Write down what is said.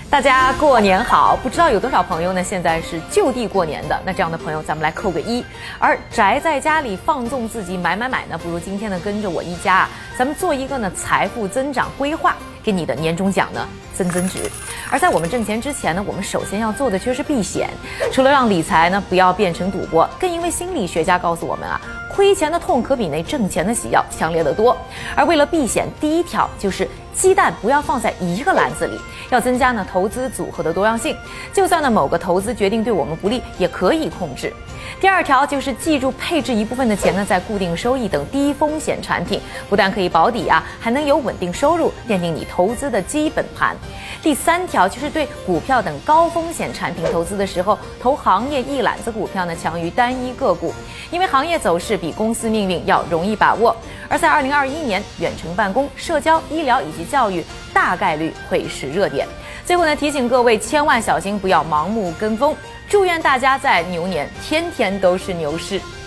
大家过年好！不知道有多少朋友呢，现在是就地过年的。那这样的朋友，咱们来扣个1。而宅在家里放纵自己买呢，不如今天呢跟着我一家咱们做一个呢财富增长规划，给你的年终奖呢增值。而在我们挣钱之前呢，我们首先要做的就是避险。除了让理财呢不要变成赌博，更因为心理学家告诉我们亏钱的痛可比那挣钱的喜要强烈得多。而为了避险，第一条就是鸡蛋不要放在一个篮子里，要增加呢投资组合的多样性。就算呢某个投资决定对我们不利，也可以控制。第二条就是记住配置一部分的钱呢在固定收益等低风险产品，不但可以保底还能有稳定收入，奠定你投资的基本盘。第三条就是对股票等高风险产品投资的时候，投行业一揽子股票呢强于单一个股，因为行业走势比公司命运要容易把握。而在2021年，远程办公、社交、医疗以及教育大概率会是热点。最后呢，提醒各位千万小心，不要盲目跟风。祝愿大家在牛年天天都是牛市。